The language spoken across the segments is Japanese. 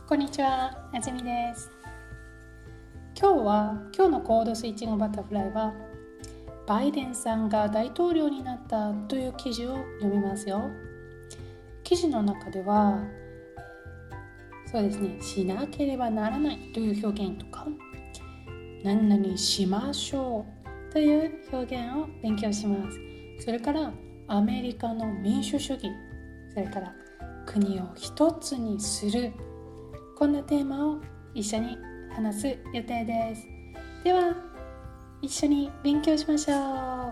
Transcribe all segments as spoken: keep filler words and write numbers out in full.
こんにちは、あずみです。今日は、今日のコードスイッチングバタフライは、バイデンさんが大統領になったという記事を読みますよ。記事の中では、そうですね、しなければならないという表現とか、何々しましょうという表現を勉強します。それからアメリカの民主主義、それから国を一つにする、こんなテーマを一緒に話す予定です。では一緒に勉強しましょう。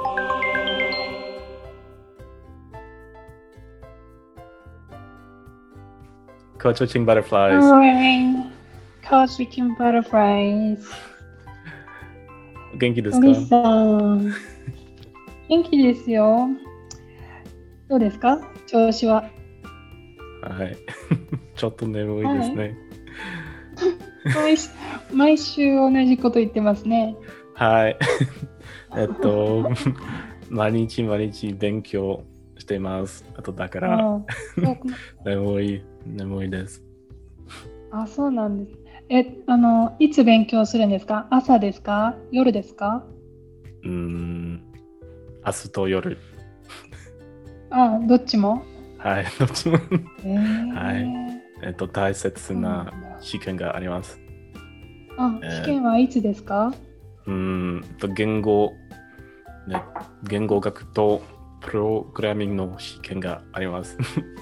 Code Switching Butterflies. Alright, Code Switching Butterflies. お元気ですか？ 鳥さん、元気ですよ。どうですか？調子は。 はい。ちょっと眠いですね。 はい、毎, 毎週同じこと言ってますね。 はい。えっと、毎日毎日勉強しています。あとだから、眠い、眠いです。 あ、そうなんです。え、あの、いつ勉強するんですか？朝ですか？夜ですか？ うーん、明日と夜。 あ、どっちも？ はい、どっちも。 えー、 はい。えっと、大切な試験があります。 あ、試験はいつですか？ うーんと、言語、ね、言語学とプログラミングの試験があります。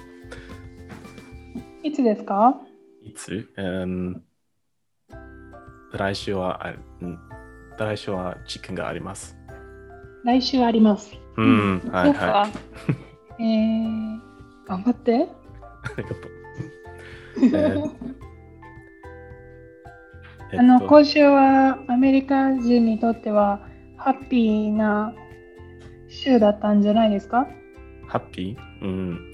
いつですか？ いつ、うん、来週は、うん、来週は試験があります。 来週あります。 うん、うん、はいはい。 えー、頑張って。 ありがとう。えーえっと、 あの今週はアメリカ人にとってはハッピーな週だったんじゃないですか？ ハッピー？うん、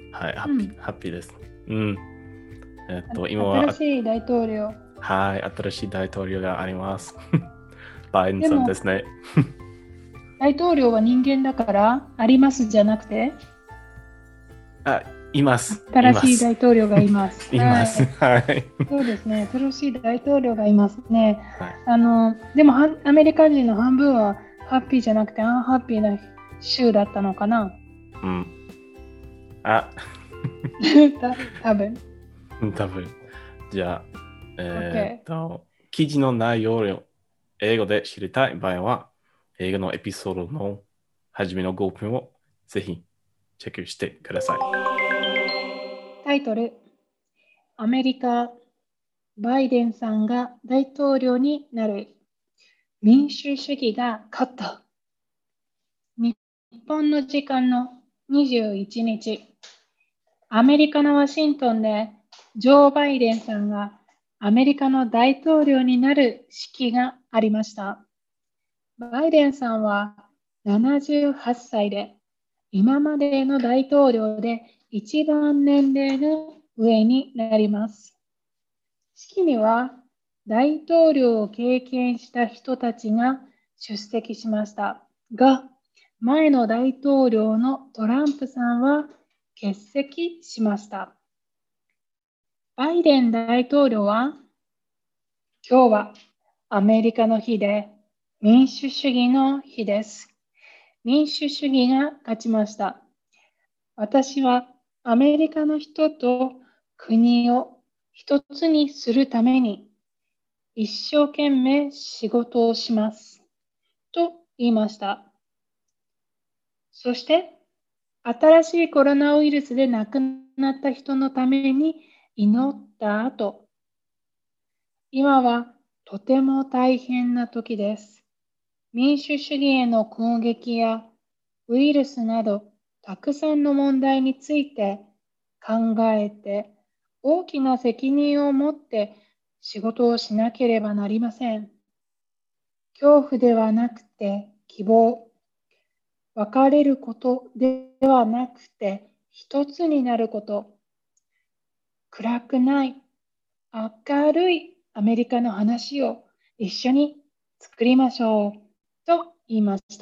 はい、ハッピー、うん、ハッピーです。うん。えっと、今は新しい大統領。 はい、新しい大統領があります。バイデンさんですね。 大統領は人間だからありますじゃなくて、 あ、います。 新しい大統領がいます。 います。はい。 そうですね。新しい大統領がいますね。はい、あのでもアメリカ人の半分はハッピーじゃなくてアンハッピーな州だったのかな。 うん。あ。 多分。 多分。じゃあ、えー、っと、okay. 記事の内容を英語で知りたい場合は、英語のエピソードの初めのごふんをぜひチェックしてください。 タイトル、アメリカ、バイデンさんが大統領になる。民主主義が勝った。日本の時間のにじゅういちにち、アメリカのワシントンでジョー・バイデンさんがアメリカの大統領になる式がありました。バイデンさんはななじゅうはっさいで今までの大統領で一番年齢の上になります。式には大統領を経験した人たちが出席しましたが、前の大統領のトランプさんは欠席しました。バイデン大統領は、今日はアメリカの日で民主主義の日です。民主主義が勝ちました。私はアメリカの人と国を一つにするために一生懸命仕事をしますと言いました。そして新しいコロナウイルスで亡くなった人のために祈った後、今はとても大変な時です。民主主義への攻撃やウイルスなどたくさんの問題について考えて大きな責任を持って仕事をしなければなりません。恐怖ではなくて希望。別れることではなくて一つになること。暗くない、明るいアメリカの話を一緒に作りましょうと言いました。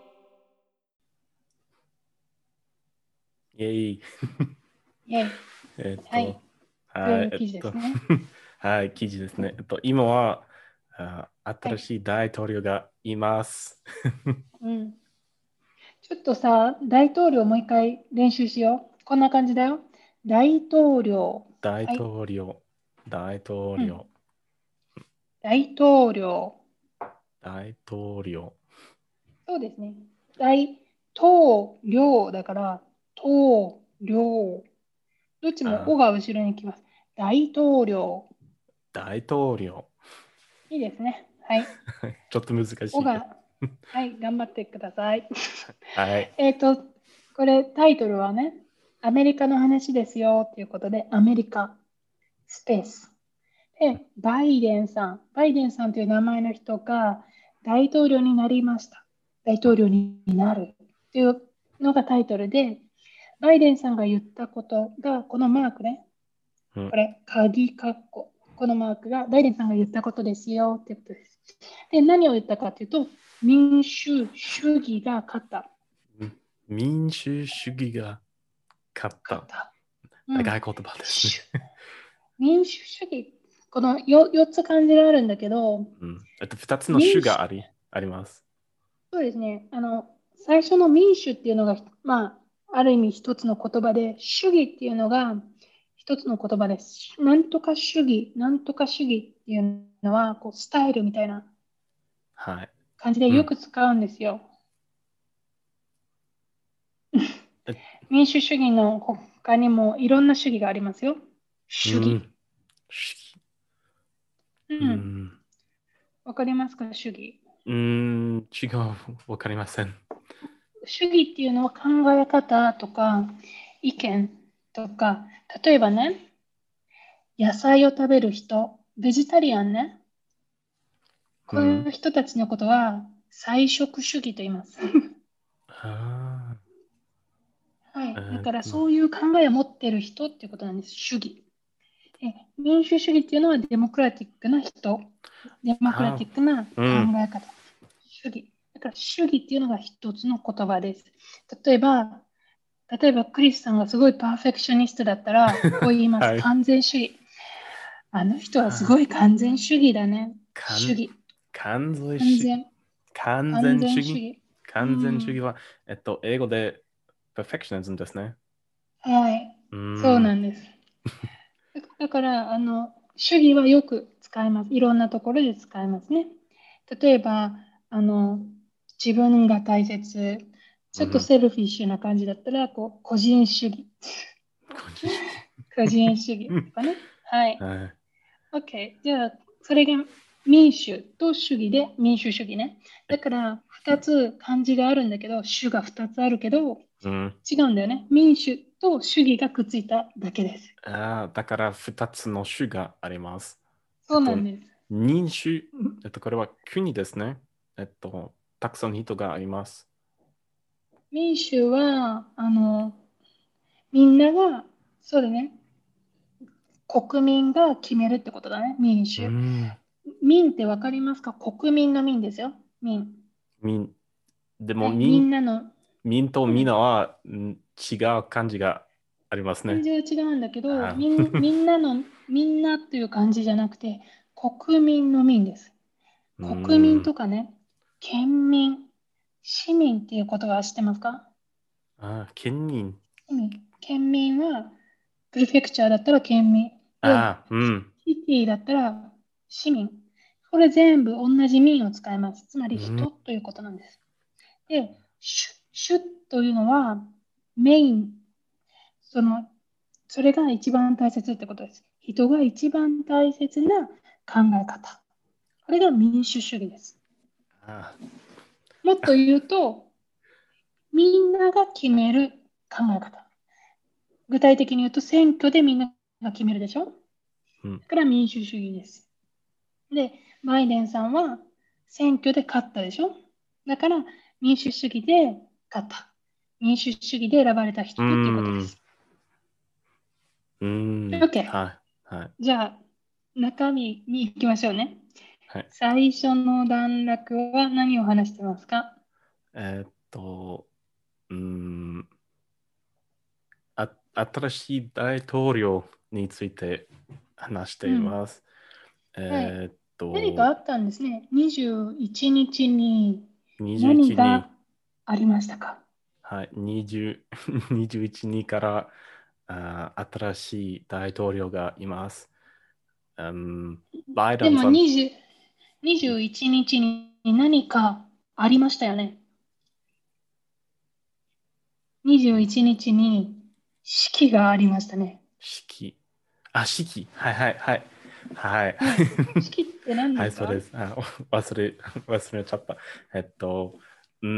イェイ。 イェイ。 えっと、 はい。とはい、 いう記事えっと、 ですね。 はい、記事ですね。えっと、今は、あ新はい。 しい大統領がいます。 うん。ちょっとさ、大統領もう一回練習しよう。こんな感じだよ。大統領。 大はい。 統領、大統うん。 領、 大統領。 大統領。 そうですね。大統領だから、統領。どっちも「お」 あ、 が後ろに来ます。大統領。 大統領。 いいですね。はい。 ちょっと難 「お」 しいけど。 が、はい、頑張ってください。 はい。 えっと、これタイトルはね、アメリカの話ですよということで、アメリカ、スペース。で、バイデンさん、バイデンさんという名前の人が大統領になりました。大統領になるというのがタイトルで、バイデンさんが言ったことが、このマークね、 うん、 これ、鍵括弧。このマークがバイデンさんが言ったことですよってことです。で、何を言ったかというと、民主主義が勝った。 民主主義が勝った。 勝った。うん。 長い言葉ですね。 民主主義、この 4, 4つ漢字があるんだけど、 うん、あとふたつの民主、 主がありあります。 そうですね。あの、最初の民主っていうのが、まあ、ある意味一つの言葉で、主義っていうのが一つの言葉です。なんとか主義、なんとか主義っていうのは、こう、スタイルみたいなはい。 感じでうん。 よく使うんですよ。 え民主主義の他にもいろんな主義がありますよ。 う主義。 ん。主義。ううん。 ん。 わかりますか、主義。 うん。違う。わかりません。 主義っていうのは考え方とか意見とか、例えばね、野菜を食べる人、ベジタリアンね、こういうん。 う人たちのことは菜食主義と言います。 ああ。えはい。だーっと、 からそういう考えを持っている人っていうことなんです、主義。え民主主義っていうのはデモクラティックな人、デモクラテあィックな考あ。うん。 え方、主義。だから主義っていうのが一つの言葉です。例えば、例えばクリスさんがすごいパーフェクショニストだったら、こう言います。 はい。 完全主義。あの人はすごあい完全主義だね。主完、 義。 完全主義。 完全。 完完全主義。 全主義。う完全主義ん。 は、えっと、英語で perfectionism ですね。 はい。 うそうなん。 んです。だから、あの、主義はよく使います。いろんなところで使いますね。例えば、あの、自分が大切、ちょっとうん。 セルフィッシュな感じだったら、こう、個人主義。 個人主義。 個人主義うん。 とかね。はい。 はい。 OK。じゃあ、それが民主と主義で民主主義ね。 えだから、ふたつ漢字があるんだけど、主がふたつあるけど、 うん。 違うんだよね。民主と主義がくっついただけです。 ああ、だからふたつの種があります。えっと、 そうなんです。 認種、えっと、これは国ですね。えっと、たくさんの人があります。 民主は、あの、みんなが、そうだね、国民が決めるってことだね、民う主。 ん。 民ってわかりますか？国民の民ですよ、民。 民、でもはい、み民、 んなの、 民とうん、 皆は、ん違う感じがありますね。 漢字は違うんだけど、 あみん、みんなの、みんなという漢字じゃなくて、国民の民です。 う国民ん。 とかね、県民、市民っていう言葉は知ってますか？ ああ、県民。 市民。県民は、プレフェクチャーだったら県民。で、 ああ、うん。 シティだったら市民。これ全部同じ民を使います。つまりうん。 人ということなんです。で、主主というのはメイン。その、それが一番大切ってことです。人が一番大切な考え方。これが民主主義です。 あもっと言うと、みんなが決める考え方。具体的に言うと、選挙でみんなが決めるでしょ？だうん。 から民主主義です。で、バイデンさんは選挙で勝ったでしょ？だから民主主義で勝った。民主主義で選ばれたう人っていうことでん。 す。 うん。 OK。 はい。はい。 じゃあ、中身に行きましょうね。 はい。 最初の段落は何を話してますか？ えーっと、うん。あ、 新しい大統領について話しています。 うん、えー、っと何かあったんですね。にじゅういちにちににじゅういち何がありましたか？ はい、にじゅう、にじゅういちにちからあ新しい大統領がいます。うん、バイデでもンさん。 にじゅう、にじゅういちにちに何かありましたよね。にじゅういちにちに式がありましたね。 式。あ、式。はいはいはい。はい。 はい。式って何はい、 ですか？ そうです。あ忘れ、忘れちゃった。えっと、うん、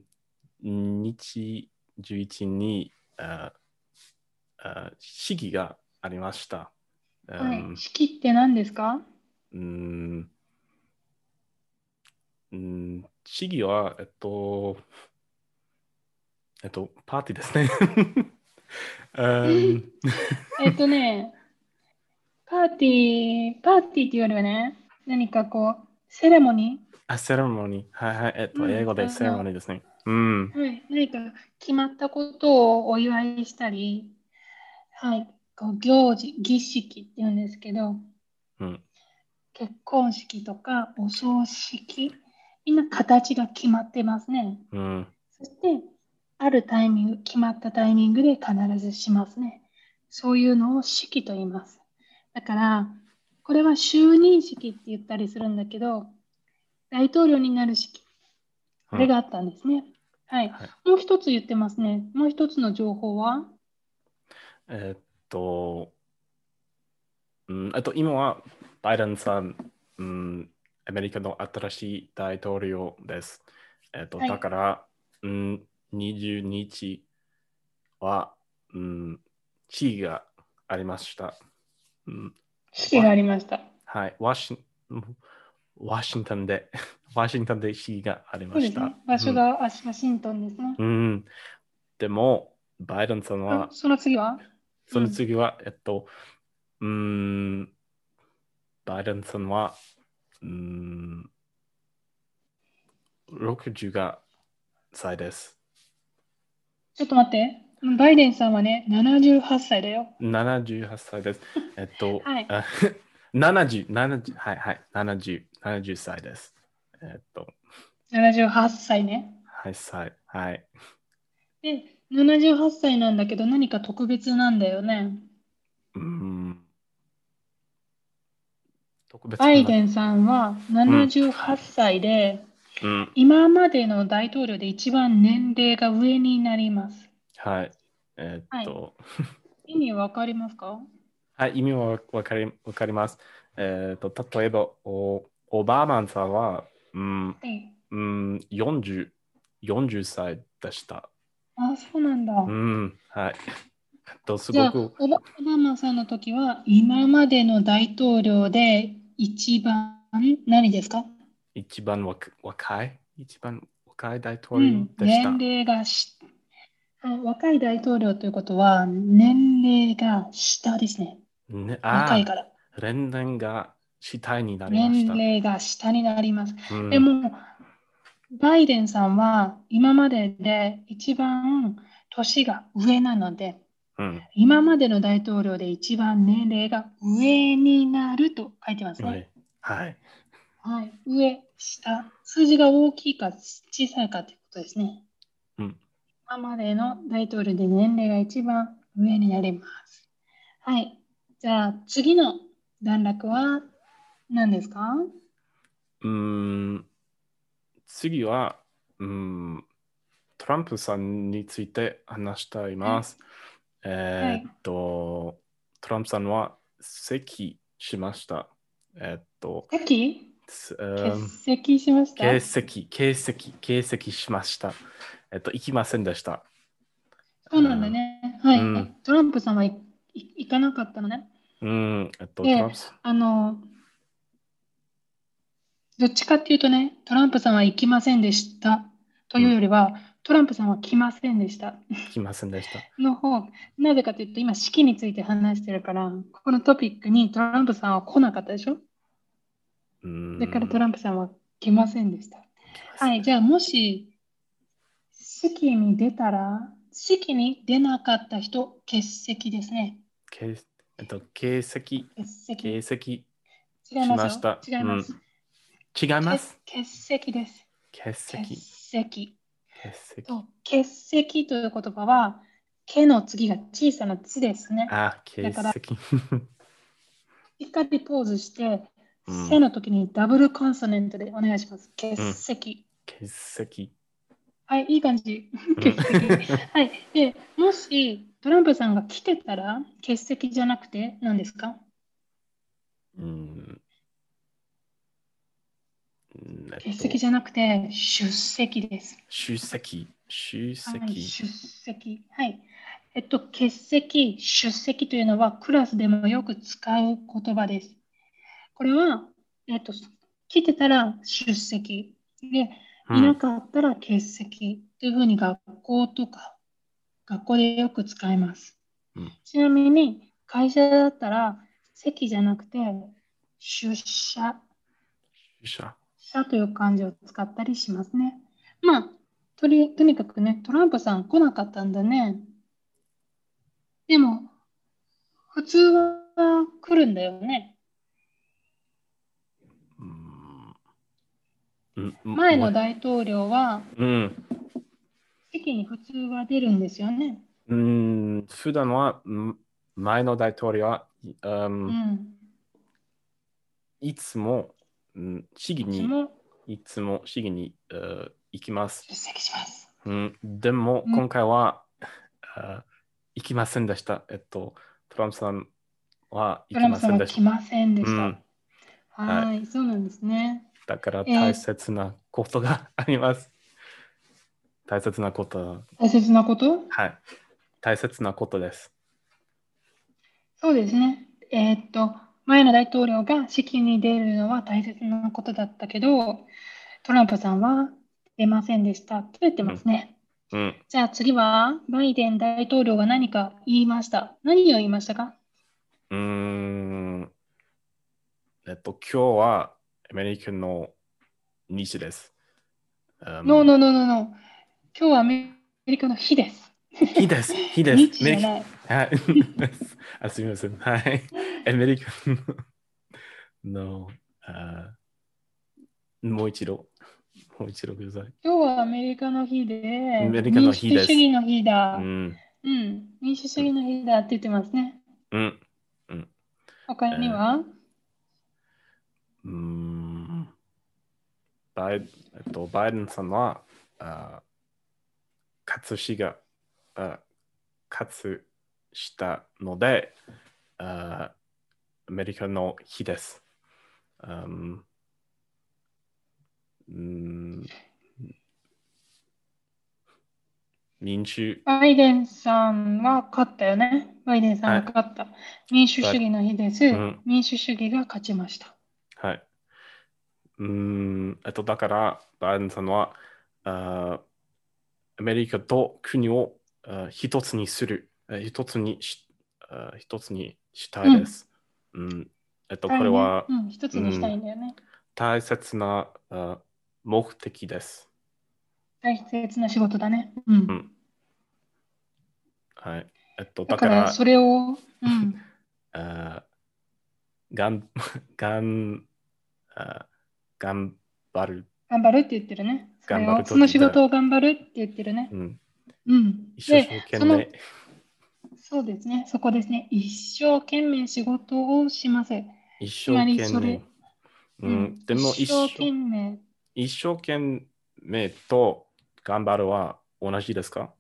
日じゅういちにああ式がありました。うはい。 ん、 式って何ですか？ うん、うん式は、えっと、えっと、パーティーですね。うん、 えっとね、パーティー、パーティーっていうよりはね、何かこう、セレモニあ、セレモニー。はいはい。えっー、うと、英ん、 語でセレモあの、 ニーですね。うん。 はい、何か決まったことをお祝いしたり、はい、こう行事、儀式って言うんですけど、 うん。 結婚式とかお葬式、みんな形が決まってますね。 うん。 そして、あるタイミング、決まったタイミングで必ずしますね。そういうのを式と言います。だから、これは就任式って言ったりするんだけど、大統領になる式、 うん。 これがあったんですね。はい。 はい。 もう一つ言ってますね。もう一つの情報は、 えっと、うん、あと今はバイデンさん、うん、アメリカの新しい大統領です。えっと、だはい。 から、うん、にじゅうにちは、うん、地位がありました。うん、 式がわありました。 はい、ワシン、ワシントンで、ワシントンで地位がありました。 そうですね。場うん、 所がワシントンですね。 うん、でも、バイデンさんあ、 は、 その次は、 そのうん。 次は、えっと、うん、バイデンさんは、うん、ろくじゅうが歳です。 ちょっと待って。バイデンさんはね、ななじゅうはっさいだよ。 ななじゅうはっさいです。えっと、 はい。 あななじゅう、ななじゅう、はいはい、ななじゅう、ななじゅっさいです。えっと、 ななじゅうはっさいね。 はい、歳、はい。 で、ななじゅうはっさいなんだけど何か特別なんだよね。 うん、特別な、 バイデンさんはうん、 ななじゅうはっさいで、 うん、 今までの大統領で一番年齢が上になります。 はい。えっはい。 と、 意味わかりますか？ はい、意味はわかり、わかります。えっと、例えば、お、オバマさんは、うん、 はい。 うん、よんじゅう、よんじゅっさいでした。 あ、そうなんだ。 うん、はい。えっと、すじゃあ、 ごく、 オバ、オバマさんの時は今までの大統領で一番何ですか？ 一番若若い、一番若い大統領うん。年でした。 齢がし、あ、若い大統領ということは年齢が下ですね。 ね、あ若いから。 あ、連弾が主体になりまし年た。 齢が下になります。 うん、 でも、バイデンさんは今までで一番年が上なので、 うん、 今までの大統領で一番年齢が上になると書いてますね。 はい。はい。 はい。上、下。数字が大きいか小さいかということですね。 うん、 今までの大統領で年齢が一番上になります。はい。じゃあ次の段落は何ですか？ うーん次は、うーん、トランプさんについて話したいはい。 ます。えーっはい。 と、トランプさんは席しました。えーっと、 席す欠うん席しました？ 欠席、欠席、欠席しました。えっと、行きませんでした。 そうなんだね。はい。 うん、 トランプさんはい、い行かなかったのね。 うん、えっと、トラで、 ンプさん、 あの、どっちかっていうとね、トランプさんは行きませんでしたとうん、 いうよりは、トランプさんは来ませんでした来ませんでした。 の方、なぜかというと、今、式について話してるから、ここのトピックにトランプさんは来なかったでしょ？ うだからトん、 ランプさんは来ませんでした。 来ませはい、じゃあ、 んでした。 もし、式に出たら式に出なかった人、欠席ですね。 けえっと、欠席。 欠席。 欠席違いますよしました。 違います。 うん、違いま欠す。 欠席です。 欠欠席。 席。 欠席。 と欠席という言葉は、けの次が小さなつですね。 あ、 だから、 欠席。 しっかりポーズして、 うんせの時にダブルコンソネントでお願いします。欠うん席。 欠席。 はい、いい感じ。 うん欠席。はい。で、もしトランプさんが来てたら、欠席じゃなくて何ですか？ うんえ欠っと、 席じゃなくて出席です。 出席。出はい、 席。 出席。はい。えっと、欠席、出席というのはクラスでもよく使う言葉です。これは、えっと、来てたら出席。で、いなうん。 かったら欠席というふうに学校とか学校でよく使います。 うんちなみに、会社だったら席じゃなくて出社、 出社。 社という漢字を使ったりしますね。まあ、とり、とにかくね、トランプさん来なかったんだね。でも、普通は来るんだよね。 うんうん前もうの大統領はうん席に普通は出るんですよね。 うん普段はん前の大統領は、ううんん。 いつも、うん市議に、 いつもいつも市議に、う行きます。 出席します。 うん、でも、 うん、 今回は、あ行きませんでした。えっと、トランプさんは行きトランプませんでした。 さんは来ませんでした。 うん、はい。 はい、そうなんですね。 だから大えー切なことがあります。大切なこと、 大切なことはい。大切なことです。 そうですね。えーっと、前の大統領が式に出るのは大切なことだったけど、トランプさんは出ませんでしたと言ってうん、 ますね。 うん、 じゃあ次は、バイデン大統領が何か言いました。何を言いましたか？ うーん。えっと、今日はアメリカの西です。う No, ん no, no, no, no. 今日はアメリカの日です。 日です。日です。アメリ日じゃない。 カ、はい。あ、すみません。はい。アメリカの、あもう一度、もう一度ください。 今日はアメリカの日アで、 メリカの民主主日です。 義の日だ。 うん、 うん、民主主うん、 義の日だって言ってますね。 うん、うん。 他にえーはうーんバイえっと、バイデンさんは、あ勝しが、あ勝つしたので、あアメリカの日です。うんうん民主、 バイデンさんは勝ったよね。バイデンさんはい、 が勝った。民主バイ主義の日です。 うん、 民主主義が勝ちました。 はい。うーん、えっと、だから、バイデンさんは、あアメリカと国をあ一つにする、あ一つにし、あ一つにしたいうん。 です。うん、えっと、 はいね。 これは、 うん。一つにしたうん、 いんだよね。 大切なあ目的です。 大切な仕事だね。うん。 うん、はい。えっと、 だからそだから、 れを、うん。 あがん、がん、あ頑張る、 頑張るって言ってるね。そ頑張れを、その仕るときだ、 事を頑張るって言ってるね。 うん、 うん。で、 一生懸その、 命、 そうですね。そこですね。一生懸命仕事をします。 一つまり生懸命、 それ、 うん、 うん。 でも一一生生、 懸命。 一生懸命と頑張るは同じですか？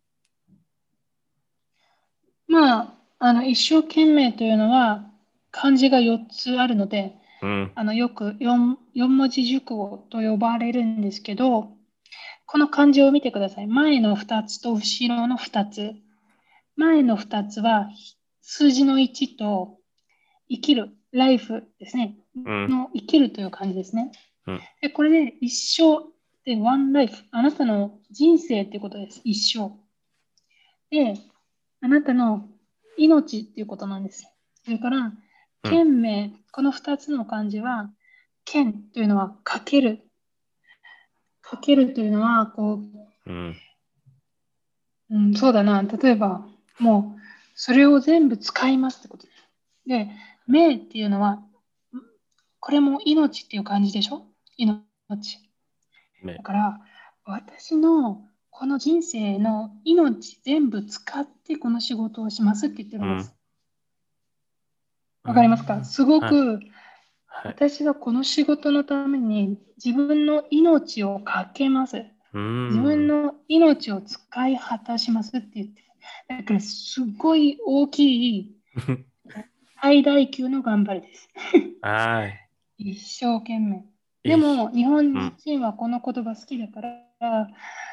まあ、あの、一生懸命というのは漢字がよっつあるので、 うん、 あの、よく 4, 四文字熟語と呼ばれるんですけど、この漢字を見てください。前のふたつと後ろのふたつ。前のふたつは数字のいちと生きる、ライフですね。 うん、 の生きるという漢字ですね。 うん、 で、これで一生で one life。あなたの人生っていうことです。一生。で、あなたの命っていうことなんです。それから、 うん、 懸命、このふたつの漢字は、懸というのはかける。かけるというのは、こう、 うん、 うん、そうだな。例えば、もう、それを全部使いますってことです。で、命っていうのは、これも命っていう感じでしょ？命。だめ、 から、私のこの人生の命全部使ってこの仕事をしますって言ってるうん。 んです。 うわかりますか？ ん。 すごはい。 くはい。 私はこの仕事のために自分の命をかけます。 う自分ん。 の命を使い果たしますって言って。だからすごい大きい最大級の頑張りです。 はい。 一生懸命。でいい。 も日本うん。 人はこの言葉好きだから、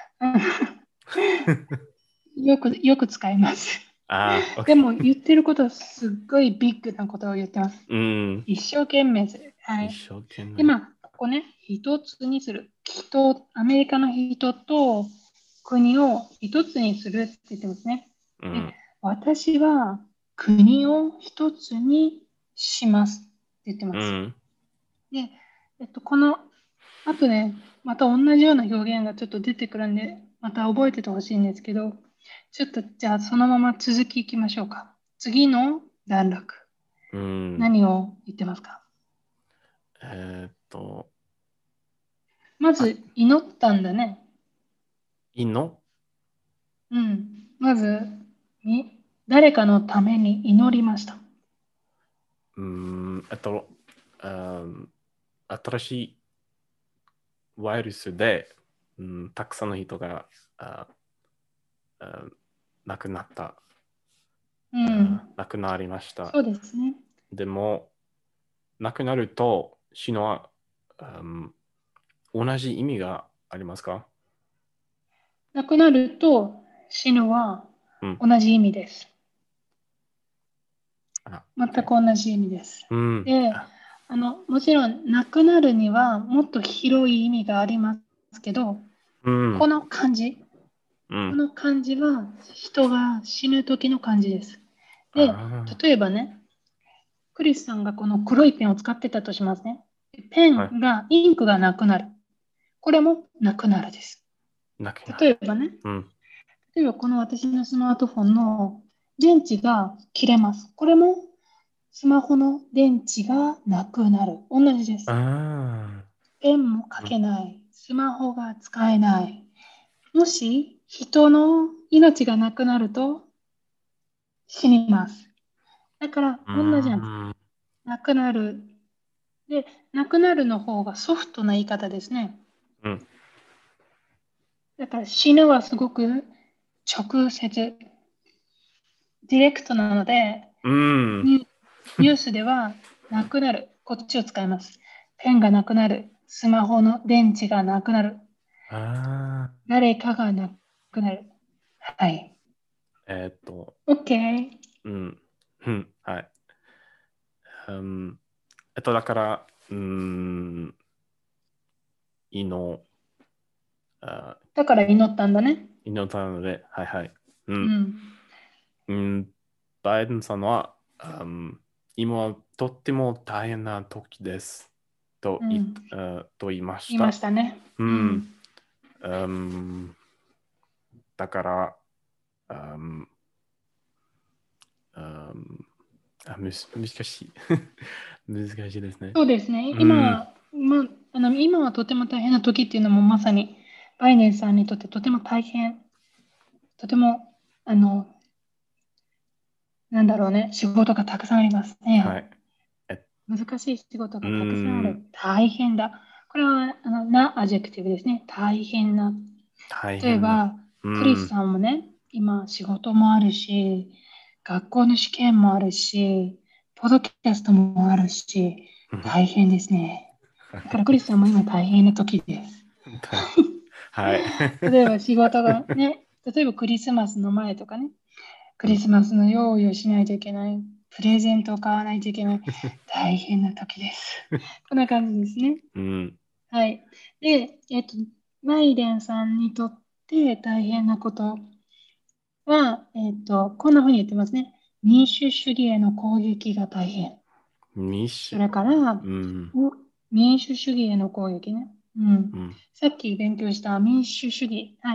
よく、よく使います。 ああ、 でも OK。 言ってることはすっごいビッグなことを言ってます。 うん。 一生懸命する。は一い。 生懸で、 命。 まあ、ここね、一つにする。人、アメリカの人と国を一つにするって言ってますね。で、 うん。 私は国を一つにしますって言ってます。 うん。 で、えっと、この、あとね、また同じような表現がちょっと出てくるんで、また覚えててほしいんですけど、ちょっとじゃあそのまま続きいきましょうか。次の段落。 うん。 何を言ってますか？ えーっと、あ、 まず祈ったんだね。 いいの？ うん。まず、に誰かのために祈りました。 うん。えっと、あ新しいウイルスで、うん、たくさんの人がああ亡くなった。 うん。 あ亡くなりました。 そうですね。 でも、亡くなると死のは、うん、同じ意味がありますか？ 亡くなると死ぬはうん。 同じ意味です。 あ、 全く OK。 同じ意味です。 うん。 で、 ああの、もちろん亡くなるにはもっと広い意味がありますけど、 うん。 この漢字、 うん。 この漢字は人が死ぬ時の漢字です。で、 あ例えばね、クリスさんがこの黒いペンを使ってたとしますね。ペあ。はい。 ンが、インクがなくなる。これもなくなるです。 なくなる。 例えばね、 うん。 例えばこの私のスマートフォンの電池が切れます。これもスマホの電池がなくなる。同じであす。 あ。 ペンも書うん。 けない。スマホが使えない。もし人の命がなくなると死にます。だからう同じなんです。 ん。 なくなる。で、なくなるの方がソフトな言い方ですね。 うん。 だから死ぬはすごく直接、ディレクトなので、 うん。 ニュニュースではなくなる。こっちを使います。ペンがなくなる。スマホの電池がなくなる。 ああ。 誰かがなくなる。はい。 えーっと、 OK。 うん。うん。はい。うん。えっと、だから、うん。いいの、あ、 だから祈ったんだね。 いいのなので、はいはい。うん。 うん。 うん。バイデンさんは、うん、今はとっても大変な時です。と言い、 うん。 あと言いまし言いまた。 したね。 うん。 うん。 うん、だから、うん、うん、あ、むし難しい。難しいですね。 そうですね。 うん。 今、ま、あの今はとても大変な時っていうのもまさにバイデンさんにとってとても大変、とても、あの、なんだろうね、仕事がたくさんありますね。 はい。え、 難しい仕事うがたくさんあん、 る。大変だ。これは、あの、な、アジェクティブですね。大変な。 大変だ。 例えば、 うん。 クリスさんもね、今仕事もあるし、学校の試験もあるし、ポッドキャストもあるし、大変ですね。だからクリスさんも今大変な時です。 大はい。 例えば仕事がね、例えばクリスマスの前とかね、クうん。 リスマスの用意をしないといけない、プレゼントを買わないといけない、大変な時です。こんな感じですね。 うん。 はい。で、えっと、バイデンさんにとって大変なことは、えっと、こんなふうに言ってますね。民主主義への攻撃が大変。 ミッシュ。 それから、 うん。 お民主主義への攻撃ね。うん。 うん。 さっき勉強した民主主義。はい。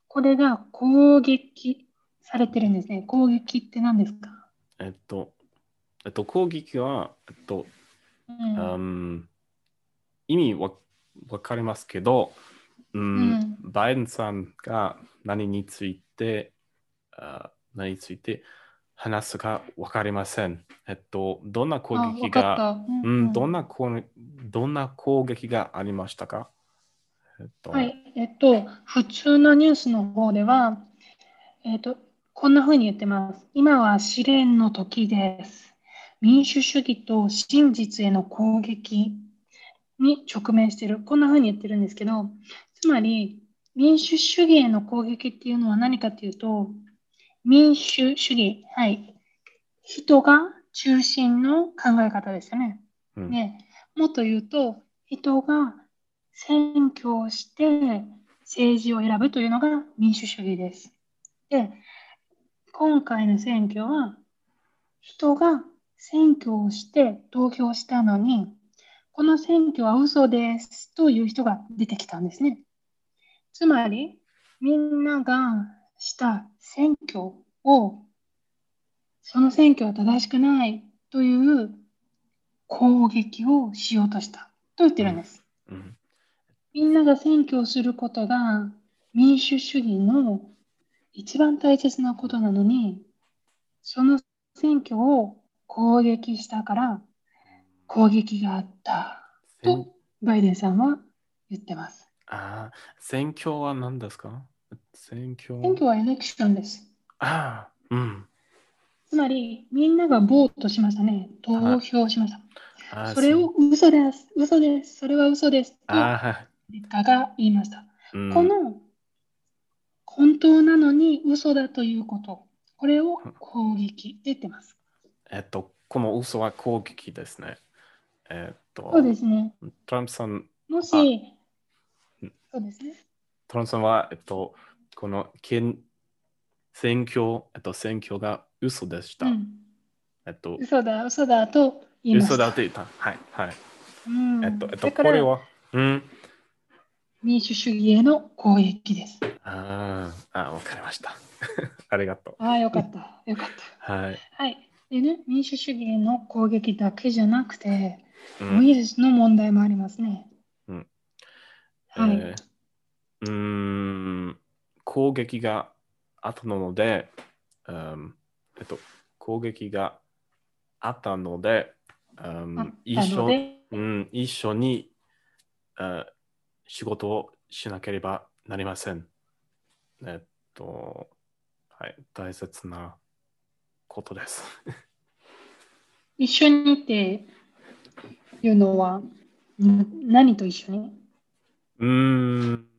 これが攻撃されてるんですね。攻撃って何ですか？ えっと、えっと、攻撃は、えっと、 ううん。 ん、意味わわかりますけど、う、 うんん。 バイデンさんが何について、あ何について話すかわかりません。えっと、どんな攻あ、わかっ撃が、 た。うんうん、 うん。 どんな攻どんな攻撃がありましたか？えっと、 はい。えっと、普通のニュースの方では、えっと、こんな風に言ってます。今は試練の時です。民主主義と真実への攻撃に直面している。こんな風に言ってるんですけど、つまり、民主主義への攻撃っていうのは何かっていうと、民主主義、はい。人が中心の考え方ですよね。 うん、 で、もっと言うと、人が選挙をして政治を選ぶというのが民主主義です。で、今回の選挙は、人が選挙をして投票したのに、この選挙は嘘ですという人が出てきたんですね。つまり、みんながした選挙を、その選挙は正しくないという攻撃をしようとしたと言ってうん、 るんです。 うん。 みんなが選挙をすることが民主主義の一番大切なことなのに、その選挙を攻撃したから攻撃があった選とバイデンさんは言ってます。 あー、選挙は何ですか？選挙。 選挙はエレクションです。 ああ、うん。 つまり、みんながボートしましたね。投は票しました。 あ、 それをそう。 嘘です、嘘です、それは嘘ですと、 ああ、 結果が言いました。 うん。 この本当なのに嘘だということ、これを攻撃って言ってます。 えっと、この嘘は攻撃ですね。えっそうでと、 すね。 トランプさんもは、 し、そうですね。 トランプさんは、えっと、この県選挙、えっと、選挙が嘘でした。 うん。 えっと、 嘘だ、嘘だと言いました。 嘘だって言った。はい、はい。 うえっと、 ん。 えっと、 だから、 これは、うん。 民主主義への攻撃です。 あーあ、わかりました。ありがとああ、よう。 かった。よかった。 はい。 はい。でね、民主主義への攻撃だけじゃなくて、 うん。 ウイルスの問題もありますね。 うん。 はい。 えー、うーん、攻撃があったので、うん、えっと、攻撃があったので、うあっん、一たの緒、 で、 うん、一緒に、あ仕事をしなければなりません。えっと、はい、大切なことです。 一緒にっていうのは、ん何と一緒に？ うーん、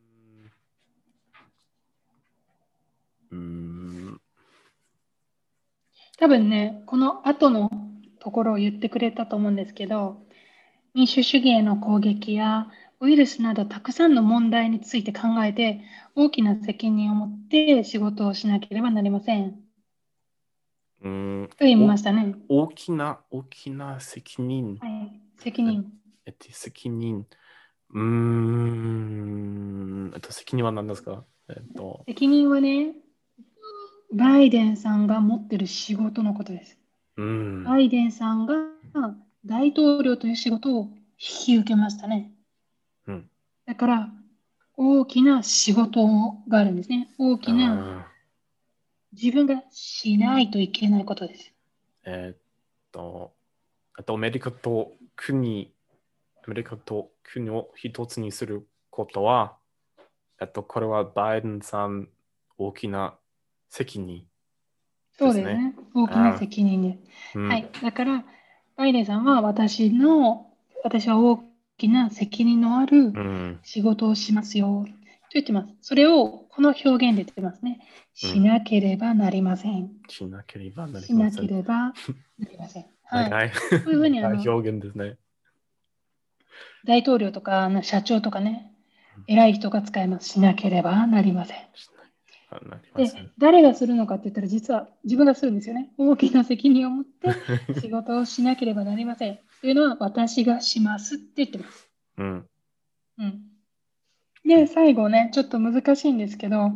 うーん、 多分ね、この後のところを言ってくれたと思うんですけど、民主主義への攻撃やウイルスなどたくさんの問題について考えて、大きな責任を持って仕事をしなければなりません。 うーん、 と言いまおしたね。 大きな、大きな責任。 はい。責え、 任。 えっと、責任。うーん、えっと、責任は何ですか？えっと、 責任はね、バイデンさんが持ってる仕事のことです。 うーん、 バイデンさんが大統領という仕事を引き受けましたね。 うん、 だから、大きな仕事があるんですね。大きなあ自分がしないといけないことです。 ーえっと、あと、アメリカと国、アメリカと国を一つにすることは、えっと、これはバイデンさん大きな責任ですね。 そうですね。大きなあ責任です。 ー、うん、 はい。だから、バイデンさんは私の、私は大きな責任のあるうん、 仕事をしますよ。と言ってます。それをこの表現で言ってますね。 うん。 しなければなりません。 しなければなりしなません。 ければなりません。はい。 長い、 こういうふうにあの長い表現ですね。 大統領とかあの社長とかね、偉い人が使います。しなければなりません。 しなければなりませで、 ん。 誰がするのかって言ったら、実は自分がするんですよね。大きな責任を持って仕事をしなければなりません。というのは、私がしますって言ってます。 うん。 うん。で、最後ね、ちょっと難しいんですけど、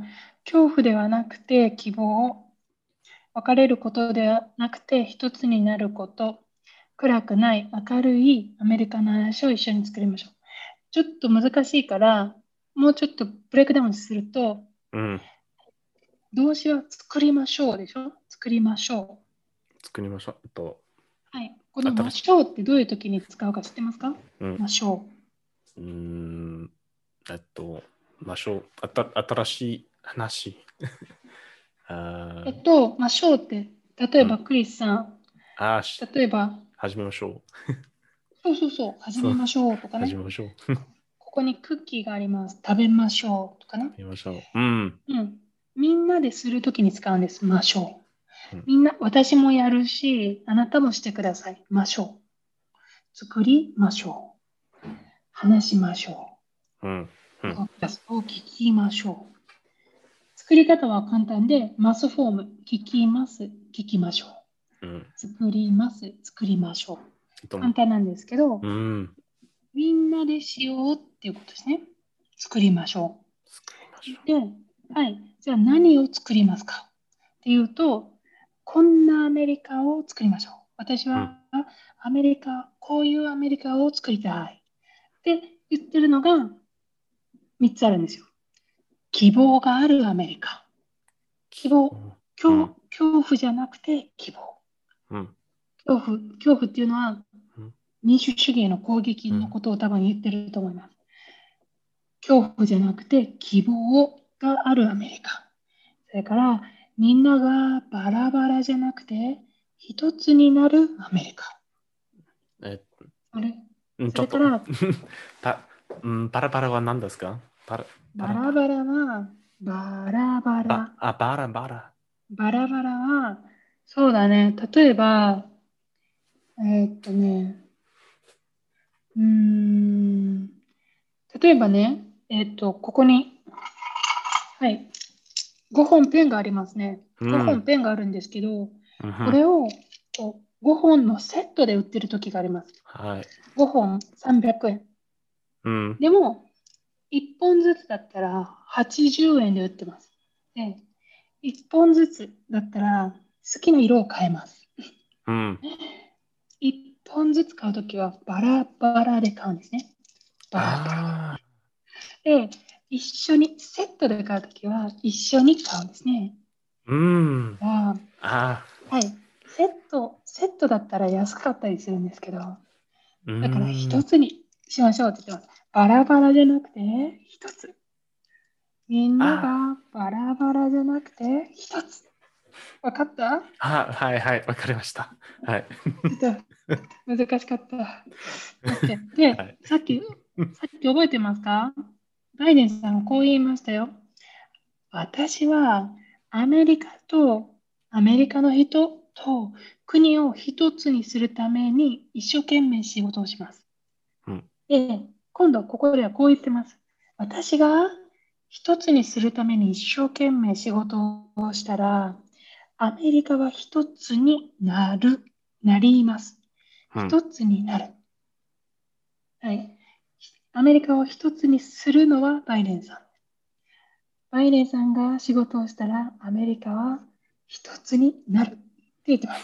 恐怖ではなくて希望。別れることではなくて一つになること。暗くない明るいアメリカの話を一緒に作りましょう。ちょっと難しいから、もうちょっとブレイクダウンすると、 うん。 動詞は作りましょうでしょ。作りましょ作りましょう。と、 う。はい。このま新しい。 しょうってどういう時に使うか知ってますか？ うん。 ましょうーん。えっと、ましょう。あた新しい話。あう。えっと、ましょうって、例えうん。 ばクリスさん、 あし、 例えば、 始めましょう。 そうそうそう、始そう、 めましょうとかね。 始めましょう。 ここにクッキーがあります。食べましょうとかね。 始めましょう。うん。 うん。みんなでするときに使うんです。ましょう。 うん。 みんな、私もやるし、あなたもしてください。ましょう。作りましょう。話しましょうん。うう。 ん。 ポッドキャストを聞きましょう。作り方は簡単で、マスフォーム、聞きます、聞きましょう。 うん。 作ります、作りましょう。 とも。 簡単なんですけど、 うん。 みんなでしようっていうことですね。作りましょ作りましょう。で、はい。じゃあ何を作りますかっていうと、こんなアメリカを作りましょう。私う。うん。 はアメリカ、こういうアメリカを作りたいって言ってるのがみっつあるんですよ。希望があるアメリカ。希望。恐うん。 恐怖じゃなくて希望。 うん。 恐怖、恐怖っていうのはうん。 民主主義への攻撃うん。 のことを多分言ってると思います。恐怖じゃなくて希望があるアメリカ。それからみんながバラバラじゃなくて一つになるアメリカ。 え、 それうん、ちょっと。 それからパ、うん、パラパラは何ですか？パラ、パラパラ。 バラバラはバラバば、 ラ。 あ、バラバラ。 バラバラはそうだね。例えば、えーっとね、うーん、例えばね、えーっと、ここに、はい、ごほんペンがありますね。ごほんうん。 ペンがあるんですけど、 うん。 これをこうごほんのセットで売ってる時があります。 はい。 ごほんさんびゃくえん。 うん。 でも、いっぽんずつだったらはちじゅうえんで売ってます。で、いっぽんずつだったら好きな色を変えます。 うん。 いっぽんずつ買うときはバラバラで買うんですね。バラバああ。 ラ。で、一緒に、セットで買うときは一緒に買うんですね。 うん。 ああはい。セット、セットだったら安かったりするんですけど、 うだから一ん。 つにしましょうって言ってます。バラバラじゃなくて一つ。みんなあがバラバラじゃなくて一つ。わかった？ あ、はいはい、わかりました。はい。 ちょっと難しかった。OK。で、 はい。 さっき、さっき覚えてますか？バイデンさんはこう言いましたよ。私はアメリカとアメリカの人と国を一つにするために一生懸命仕事をします。 うん。 で、今度ここではこう言ってます。私が一つにするために一生懸命仕事をしたら、アメリカは一つになる、なります。 うん。 一つになる。はい。アメリカを一つにするのはバイデンさん。バイデンさんが仕事をしたら、アメリカは一つになるって言ってます。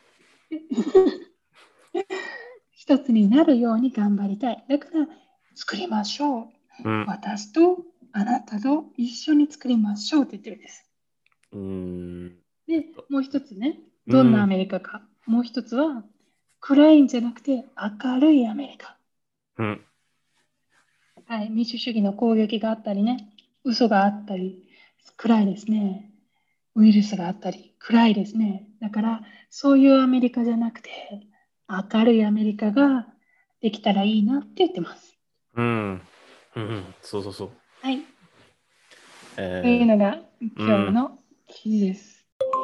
一つになるように頑張りたい。だから作りましょう。 うん。 私とあなたと一緒に作りましょうって言ってるんです。 うん。えっで、 と、 もう一つね、どんなアうん。 メリカか。もう一つは、暗いんじゃなくて明るいアメリカ。 うん。 はい、民主主義の攻撃があったりね、嘘があったり、暗いですね。ウイルスがあったり、暗いですね。だから、そういうアメリカじゃなくて、明るいアメリカができたらいいなって言ってます。 うん。うん。そうそうそう。 はい。というえのがー、うん。 今日の記事です。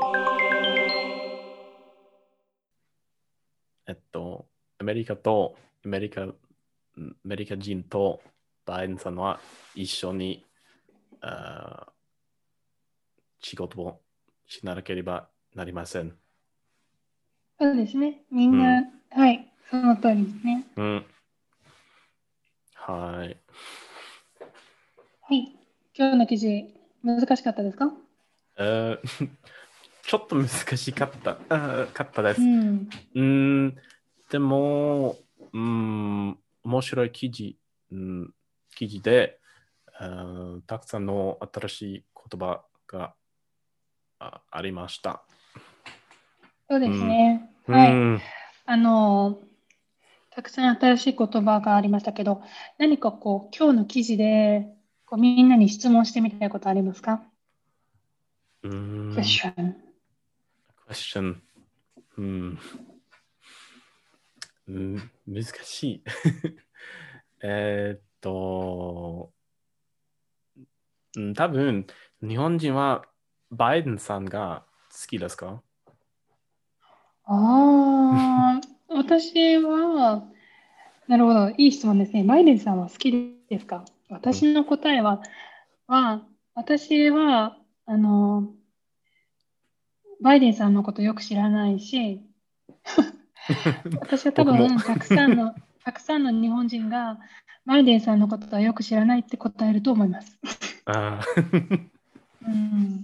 えっと、アメリカと、アメリカ、アメリカ人とバイデンさんは一緒にあ仕事をしなければなりません。 そうですね。みうん。 んな、はい、その通りですね。 うん。はい。 はい。今日の記事、 難しかったですか？ えーちょっと難しかった、あーかったです。 うん。 うーん、でも、うーん、面白い記事、うん、記事で、あーたくさんの新しい言葉があありました。 そうですうん。 ね。 うはい。 ん。 あの、たくさん新しい言葉がありましたけど、何かこう、今日の記事で、こうみんなに質問してみたいことありますか？ うーん。 Question。 question。うん。うん、難しい。えーっと、うん、多分、日本人はバイデンさんが好きですか？ ああ、私は、なるほど、いい質問ですね。バイデンさんは好きですか？ うん。 私の答えは、は、私は、あの、バイデンさんのことよく知らないし、私は多僕も。 分、たくさんの、たくさんの日本人が、バイデンさんのことはよく知らないって答えると思います。 あーうん。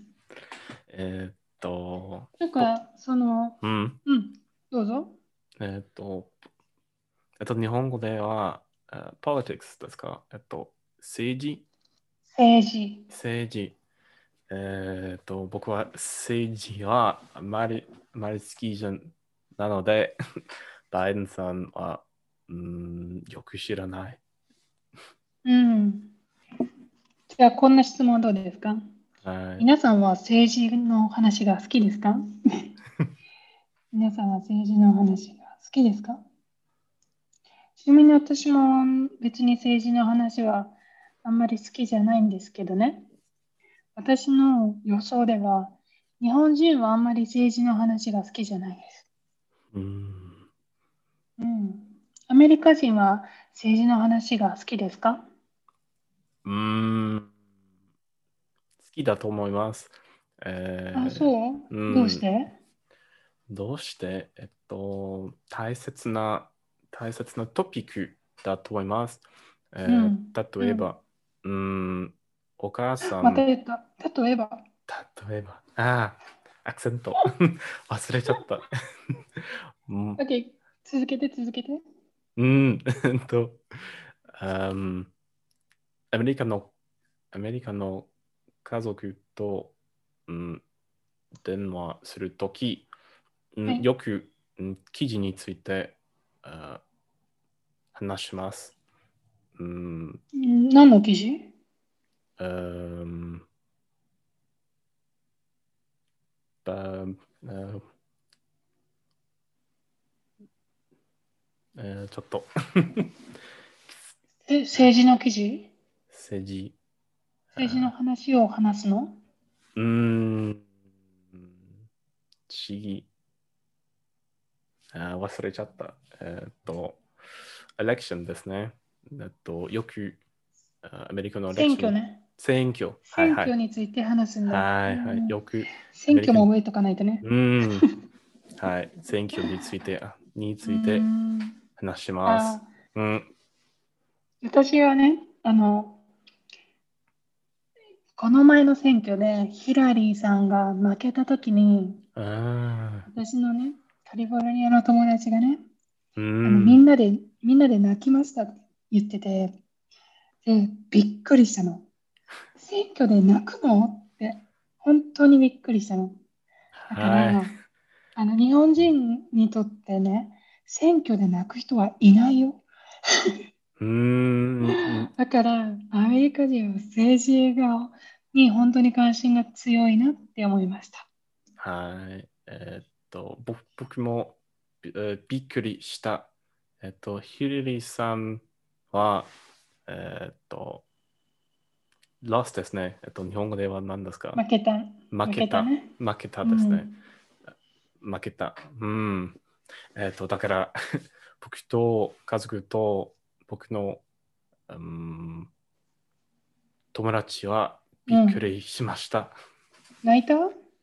えーっと、ぼなんか、その、 うん。 うん、どうぞ。 えーっと、えっと、日本語では、えー politics ですか？えっと、政治政治。 政治。えーっと、僕は政治はあまり、あまり好きじゃなので、バイデンさんは、うん、よく知らない。 うん。じゃあ、こんな質問はどうですか？ はい。 皆さんは政治の話が好きですか？皆さんは政治の話が好きですか？ちなみに私も別に政治の話はあんまり好きじゃないんですけどね。私の予想では、日本人はあんまり政治の話が好きじゃないです。 うん、 うん。アメリカ人は政治の話が好きですか？ うーん、好きだと思います。 あ、 えそうー、うどうしん、 て？ どうして、えっと、大切な、大切なトピックだと思います。えうん。 ー、 うん。 例えば、うん、お母さん、 また言った。例えば。 例えば、ああ、アクセント、忘れちゃった。うん、 OK。続けて続けて。 うん、えっと、あんアメリカの、アメリカの家族と、うん、電話するとき、うん、 はい。 よく、うん、記事についてあ話します。うん、 ん何の記事？ うーん、ばあえーちょっとえ、政治の記事？ 政治、 政治のあ話を話すの？ うーん、地議、あ忘れちゃった。えーっと、エレクションですね。えっと、よくあアメリカのエレクション、 選挙ね。 選挙、はい選はい。 挙について話すんだ。 はいはい。 うん、 よくア選メリカの、 挙も覚えとかないとね。 うーん、はい、選挙について、あにうーついてん。 話します。 あ、 うん。 私はね、あの、この前の選挙でヒラリーさんが負けたときに、 ああ、 私のね、カリフォルニアの友達がね、 うーあのみん。 んなで、みんなで泣きましたって言ってて、で、びっくりしたの。選挙で泣くのって、本当にびっくりしたの。だかはい。 ら、あの、日本人にとってね、選挙で泣く人はいないよ。 うーん。 だから、アメリカ人は政治がに本当に関心が強いなって思いました。 はい。えーっと、ぼ僕も、えーびっくりした。えっと、ヒラリーさんは、えーっと、ロスですね。えっと、日本語では何ですか？ 負けた、負負けた。 けたね。 負けたうですね。 ん。 負けた。うん。えっと、だから僕と家族と僕の、うん、友達はびっくうん。 りしました。 泣いた？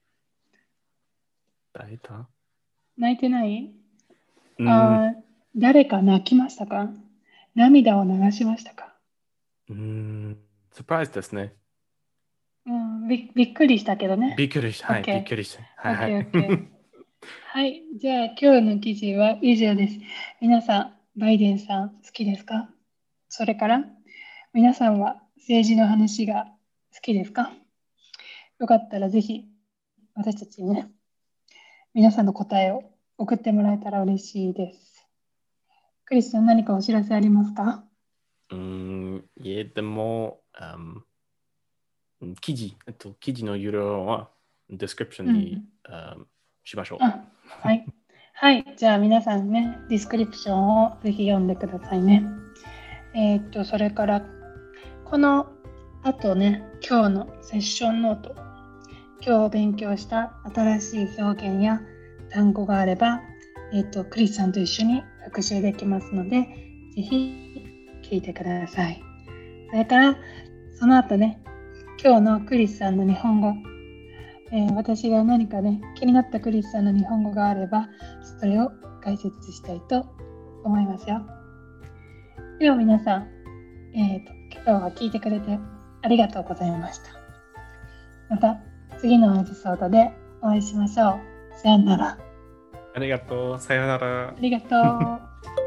泣いた？ 泣いてない？ うん。 あー、誰か泣きましたか？涙を流しましたか？ うん。サプライズですね。 うん、び、びっくりしたけどね。 びっくりした。はい、 OK。 びっくりした。はいはい。 OK、OK。はい。じゃあ、今日の記事は以上です。皆さん、バイデンさん好きですか？それから、皆さんは政治の話が好きですか？よかったらぜひ、私たちにね、皆さんの答えを送ってもらえたら嬉しいです。クリスさん、何かお知らせありますか？ うーん、いえ、でも、um, 記事、えっと、記事の ユーアールエル は、ディスクリプションに、 うん、 um, しましょあ、はい。はい。じゃあ皆さんね、ディスクリプションをぜひ読んでくださいね。えーっと、それから、この後ね、今日のセッションノート、今日勉強した新しい表現や単語があれば、えーっと、クリスさんと一緒に復習できますので、ぜひ聞いてください。それから、その後ね、今日のクリスさんの日本語、えー私が何かね、気になったクリスさんの日本語があれば、それを解説したいと思いますよ。では皆さん、えーと、今日は聞いてくれてありがとうございました。また次のエピソードでお会いしましょう。さよなら。 う。ありがとう。さよなら。 ありがとう。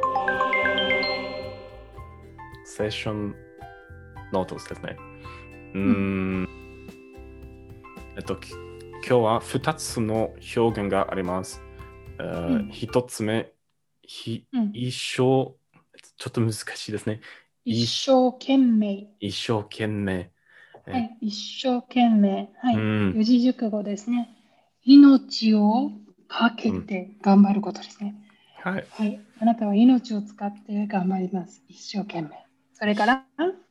セッションノートですね。うーうんん。えっと、き今日はふたつの表現があります。 う 1 んつ目、ひうん一生、ちょっと難しいですね。 一一生懸命。 一生懸命。えはい、一生懸命。はい、 うん、 四字熟語ですね。命をかけうん。 て頑張ることですね。 はい。 はい、あなたは命を使って頑張ります。一生懸命。それから、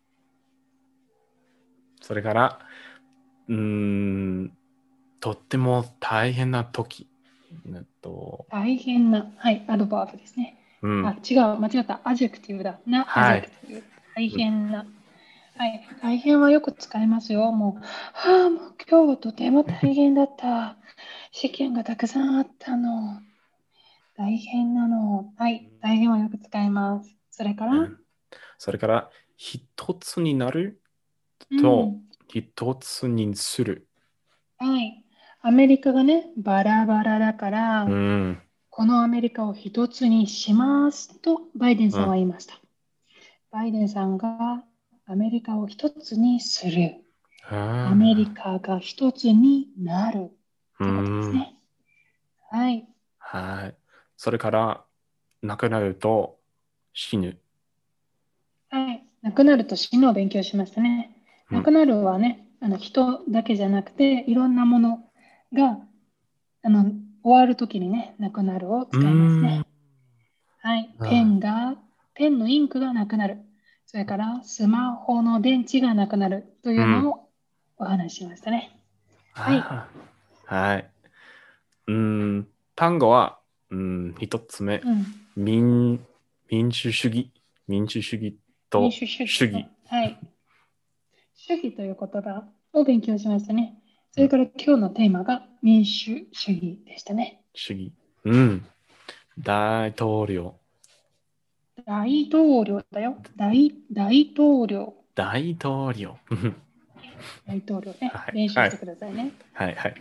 それから、うーん、とっても大変な時。えっと、 大変な、はい、アドバーブですね。あ、 うん。 違う、間違った。アジェクティブだ。な、アジはい。 ェクティブ。大うん変な。はい、大変はよく使いますよ。もう、はあ、もう今日はとても大変だった。試験がたくさんあったの。大変なの。はい、大変はよく使います。それから、 ねそれから、一つになるうと、 ん、 一つにする。 はい。アメリカがね、バラバラだかうら、 ん。 このアメリカを一つにしますと、バイデンさんはうん。 言いました。バイデンさんがアメリカを一つにする。アメリあカが一つになるーうということですん。 ね。はい。 はい。それから、亡くなると死ぬ。 はい。亡くなると死のを勉強しましたね。 うん。 亡くなるはね、あの人だけじゃなくて、いろんなものがあの終わるときにね、亡くなるをうー使いますん。 ね。はい。ペあンが、ペンのインクがなくなる。それからスマホの電池がなくなるというのうん。 をお話ししましたね。はい。 あーはい。うーん。単語は、うん、一つ目。 うん。 民、民主主義。民主主義と民主主義ね。 主義。 はい。主義という言葉を勉強しましたね。そうん、 れから今日のテーマが民主主義でしたね。 主義。うん。大統領。 大統領だよ。大、大統領。 大統領。 大統領ね。 はい。 練習してはい。 くださいね。 はい。はい。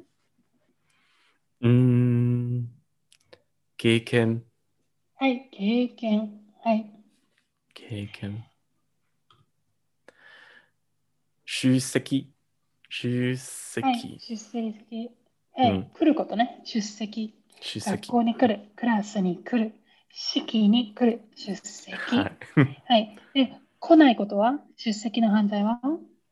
うーん。経験。 はい。経験。はい。 経験。出席。出はい。 席。 出席。はい。 うん。 来ることね。出席。学出席。 校に来る。クラスに来る。式に来る。出はい。 席。はい。で、来ないことは出席の反対は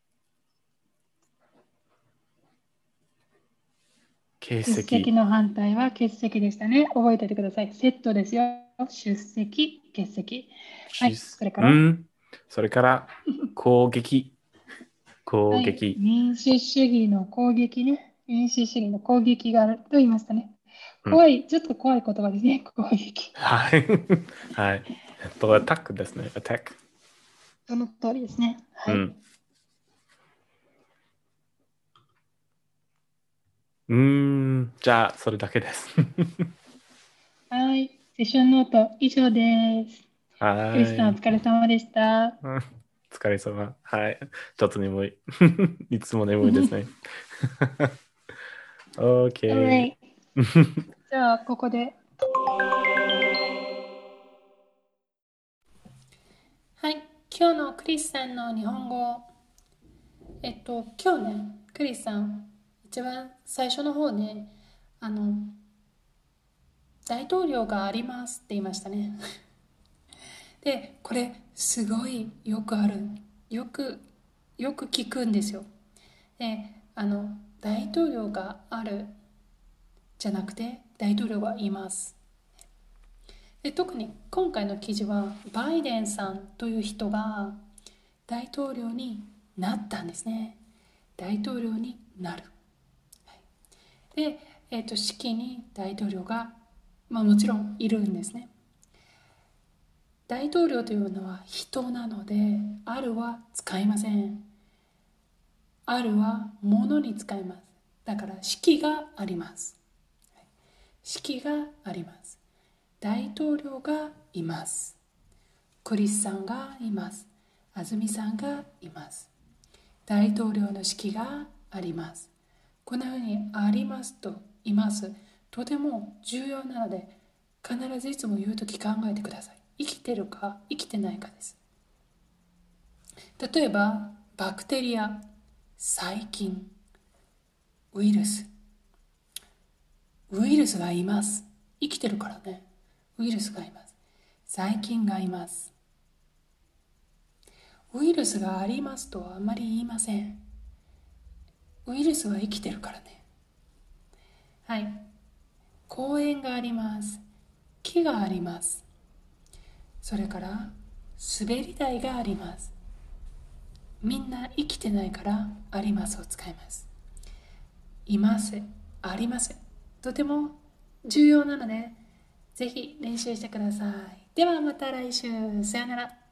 欠出席席。 の反対は欠席でしたね。覚えておいてください。セットですよ。出席、欠席。は出い。それから、 うん。それから、攻撃。攻はい。 撃。 民主主義の攻撃ね。民主主義の攻撃があると言いましたね。 うん。 怖い、ちょっと怖い言葉ですね。攻撃。 はい。はい。えっと、アタックですね。アタック。 その通りですね。はい。 うん。うーん。じゃあ、それだけです。 はい。セッションノート以上です。クリスさんおはい。 疲れ様でした。 うん疲れ様。はい。ちょっと眠い。いつも眠いですね。OK。 じゃあ、ここで。はい。今日のクリスさんの日本語。えっと、今日ね、クリスさん、一番最初の方ね、あの、大統領がありますって言いましたね。で、これ、すごいよくある。よく、よく聞くんですよ。で、あの、大統領があるじゃなくて、大統領がいます。で、特に今回の記事は、バイデンさんという人が大統領になったんですね。大統領になる。で、えーと、式に大統領が、まあ、もちろんいるんですね。大統領というのは人なので、あるは使いません。あるは物に使います。だから式があります。式があります。大統領がいます。クリスさんがいます。安住さんがいます。大統領の式があります。このようにありますといます。とても重要なので、必ずいつも言うとき考えてください。生きてるか生きてないかです。例えば、バクテリア、細菌、ウイルス。ウイルスがいます。生きてるからね。ウイルスがいます。細菌がいます。ウイルスがありますとはあまり言いません。ウイルスは生きてるからね。はい。公園があります。木があります。それから滑り台があります。みんな生きてないからありますを使います。います、あります。とても重要なので、ぜひ練習してください。ではまた来週。さよなら。